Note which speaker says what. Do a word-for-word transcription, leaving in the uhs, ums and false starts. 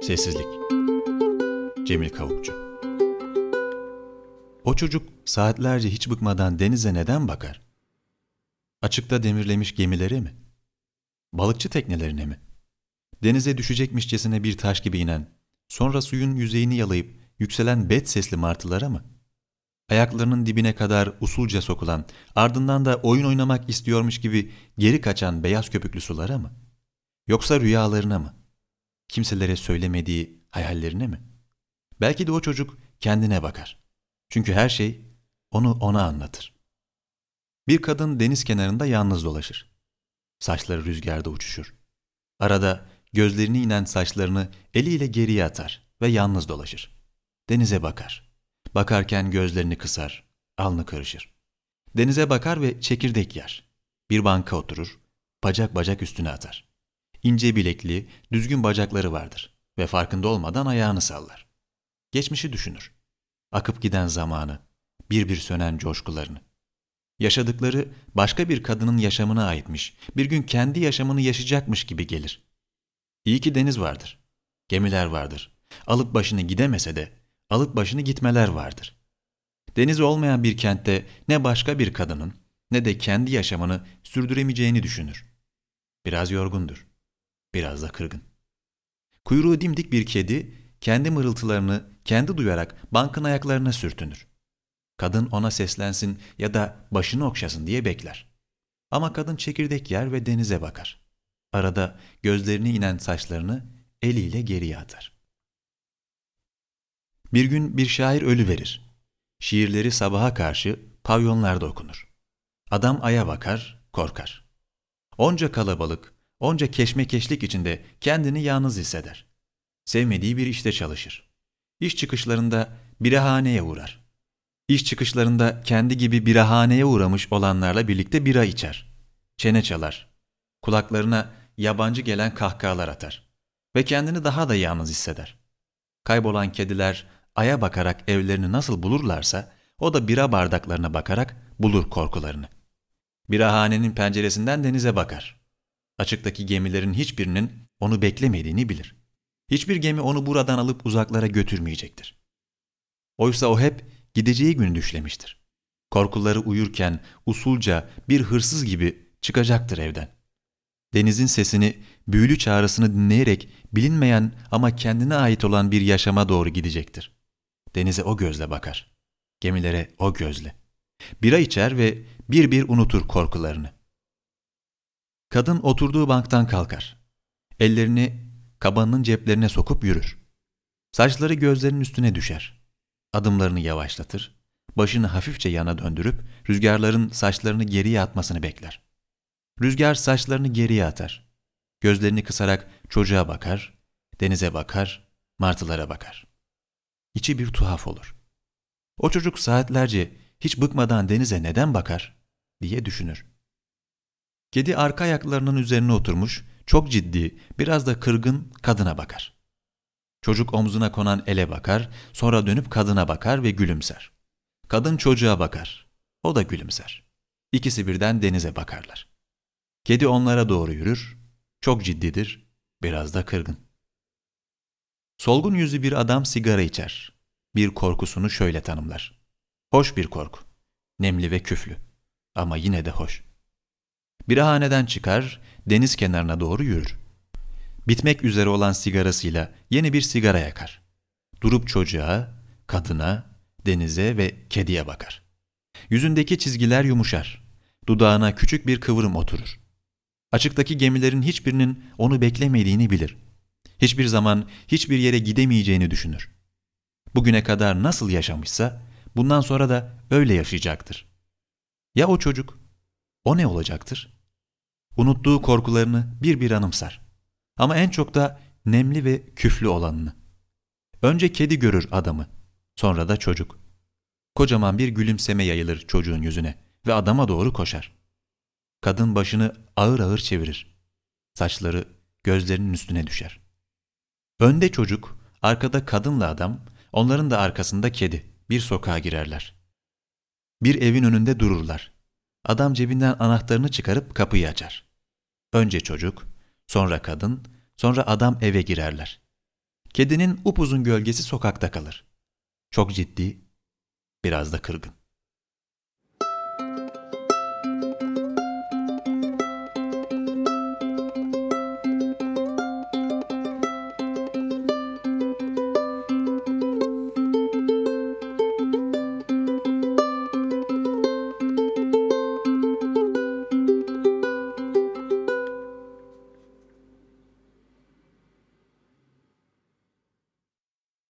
Speaker 1: Sessizlik. Cemil Kavukçu. O çocuk saatlerce hiç bıkmadan denize neden bakar? Açıkta demirlemiş gemilere mi? Balıkçı teknelerine mi? Denize düşecekmişçesine bir taş gibi inen, sonra suyun yüzeyini yalayıp yükselen bet sesli martılara mı? Ayaklarının dibine kadar usulca sokulan, ardından da oyun oynamak istiyormuş gibi geri kaçan beyaz köpüklü sulara mı? Yoksa rüyalarına mı? Kimselere söylemediği hayallerine mi? Belki de o çocuk kendine bakar. Çünkü her şey onu ona anlatır. Bir kadın deniz kenarında yalnız dolaşır. Saçları rüzgarda uçuşur. Arada gözlerini inen saçlarını eliyle geriye atar ve yalnız dolaşır. Denize bakar. Bakarken gözlerini kısar, alnı karışır. Denize bakar ve çekirdek yer. Bir banka oturur, bacak bacak üstüne atar. İnce bilekli, düzgün bacakları vardır ve farkında olmadan ayağını sallar. Geçmişi düşünür. Akıp giden zamanı, bir bir sönen coşkularını. Yaşadıkları başka bir kadının yaşamına aitmiş, bir gün kendi yaşamını yaşayacakmış gibi gelir. İyi ki deniz vardır, gemiler vardır. Alıp başını gidemese de alıp başını gitmeler vardır. Deniz olmayan bir kentte ne başka bir kadının ne de kendi yaşamını sürdüremeyeceğini düşünür. Biraz yorgundur, biraz da kırgın. Kuyruğu dimdik bir kedi kendi mırıltılarını kendi duyarak bankın ayaklarına sürtünür. Kadın ona seslensin ya da başını okşasın diye bekler. Ama kadın çekirdek yer ve denize bakar. Arada gözlerine inen saçlarını eliyle geriye atar. Bir gün bir şair ölüverir. Şiirleri sabaha karşı pavyonlarda okunur. Adam aya bakar, korkar. Onca kalabalık, onca keşmekeşlik içinde kendini yalnız hisseder. Sevmediği bir işte çalışır. İş çıkışlarında birahaneye uğrar. İş çıkışlarında kendi gibi birahaneye uğramış olanlarla birlikte bira içer. Çene çalar. Kulaklarına yabancı gelen kahkahalar atar. Ve kendini daha da yalnız hisseder. Kaybolan kediler aya bakarak evlerini nasıl bulurlarsa o da bira bardaklarına bakarak bulur korkularını. Birahanenin penceresinden denize bakar. Açıktaki gemilerin hiçbirinin onu beklemediğini bilir. Hiçbir gemi onu buradan alıp uzaklara götürmeyecektir. Oysa o hep gideceği günü düşlemiştir. Korkuları uyurken usulca bir hırsız gibi çıkacaktır evden. Denizin sesini, büyülü çağrısını dinleyerek bilinmeyen ama kendine ait olan bir yaşama doğru gidecektir. Denize o gözle bakar. Gemilere o gözle. Bira içer ve bir bir unutur korkularını. Kadın oturduğu banktan kalkar. Ellerini kabanının ceplerine sokup yürür. Saçları gözlerinin üstüne düşer. Adımlarını yavaşlatır. Başını hafifçe yana döndürüp rüzgarların saçlarını geriye atmasını bekler. Rüzgar saçlarını geriye atar. Gözlerini kısarak çocuğa bakar, denize bakar, martılara bakar. İçi bir tuhaf olur. O çocuk saatlerce hiç bıkmadan denize neden bakar diye düşünür. Kedi arka ayaklarının üzerine oturmuş, çok ciddi, biraz da kırgın kadına bakar. Çocuk omzuna konan ele bakar, sonra dönüp kadına bakar ve gülümser. Kadın çocuğa bakar, o da gülümser. İkisi birden denize bakarlar. Kedi onlara doğru yürür, çok ciddidir, biraz da kırgın. Solgun yüzlü bir adam sigara içer. Bir korkusunu şöyle tanımlar. Hoş bir korku, nemli ve küflü ama yine de hoş. Birahaneden çıkar, deniz kenarına doğru yürür. Bitmek üzere olan sigarasıyla yeni bir sigara yakar. Durup çocuğa, kadına, denize ve kediye bakar. Yüzündeki çizgiler yumuşar. Dudağına küçük bir kıvrım oturur. Açıktaki gemilerin hiçbirinin onu beklemediğini bilir. Hiçbir zaman hiçbir yere gidemeyeceğini düşünür. Bugüne kadar nasıl yaşamışsa bundan sonra da öyle yaşayacaktır. Ya o çocuk? O ne olacaktır? Unuttuğu korkularını bir bir anımsar. Ama en çok da nemli ve küflü olanını. Önce kedi görür adamı, sonra da çocuk. Kocaman bir gülümseme yayılır çocuğun yüzüne ve adama doğru koşar. Kadın başını ağır ağır çevirir. Saçları gözlerinin üstüne düşer. Önde çocuk, arkada kadınla adam, onların da arkasında kedi bir sokağa girerler. Bir evin önünde dururlar. Adam cebinden anahtarını çıkarıp kapıyı açar. Önce çocuk, sonra kadın, sonra adam eve girerler. Kedinin upuzun gölgesi sokakta kalır. Çok ciddi, biraz da kırgın.